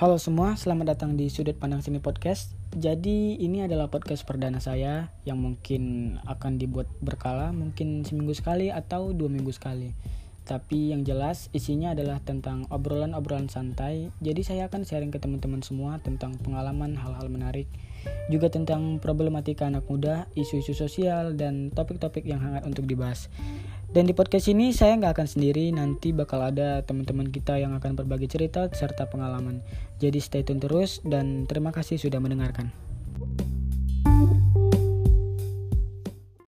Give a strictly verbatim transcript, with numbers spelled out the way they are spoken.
Halo semua, selamat datang di Sudut Pandang Sini Podcast. Jadi ini adalah podcast perdana saya yang mungkin akan dibuat berkala, mungkin seminggu sekali atau dua minggu sekali. Tapi yang jelas isinya adalah tentang obrolan-obrolan santai. Jadi saya akan sharing ke teman-teman semua tentang pengalaman hal-hal menarik, juga tentang problematika anak muda, isu-isu sosial, dan topik-topik yang hangat untuk dibahas. Dan di podcast ini saya nggak akan sendiri, nanti bakal ada teman-teman kita yang akan berbagi cerita serta pengalaman. Jadi stay tune terus dan terima kasih sudah mendengarkan.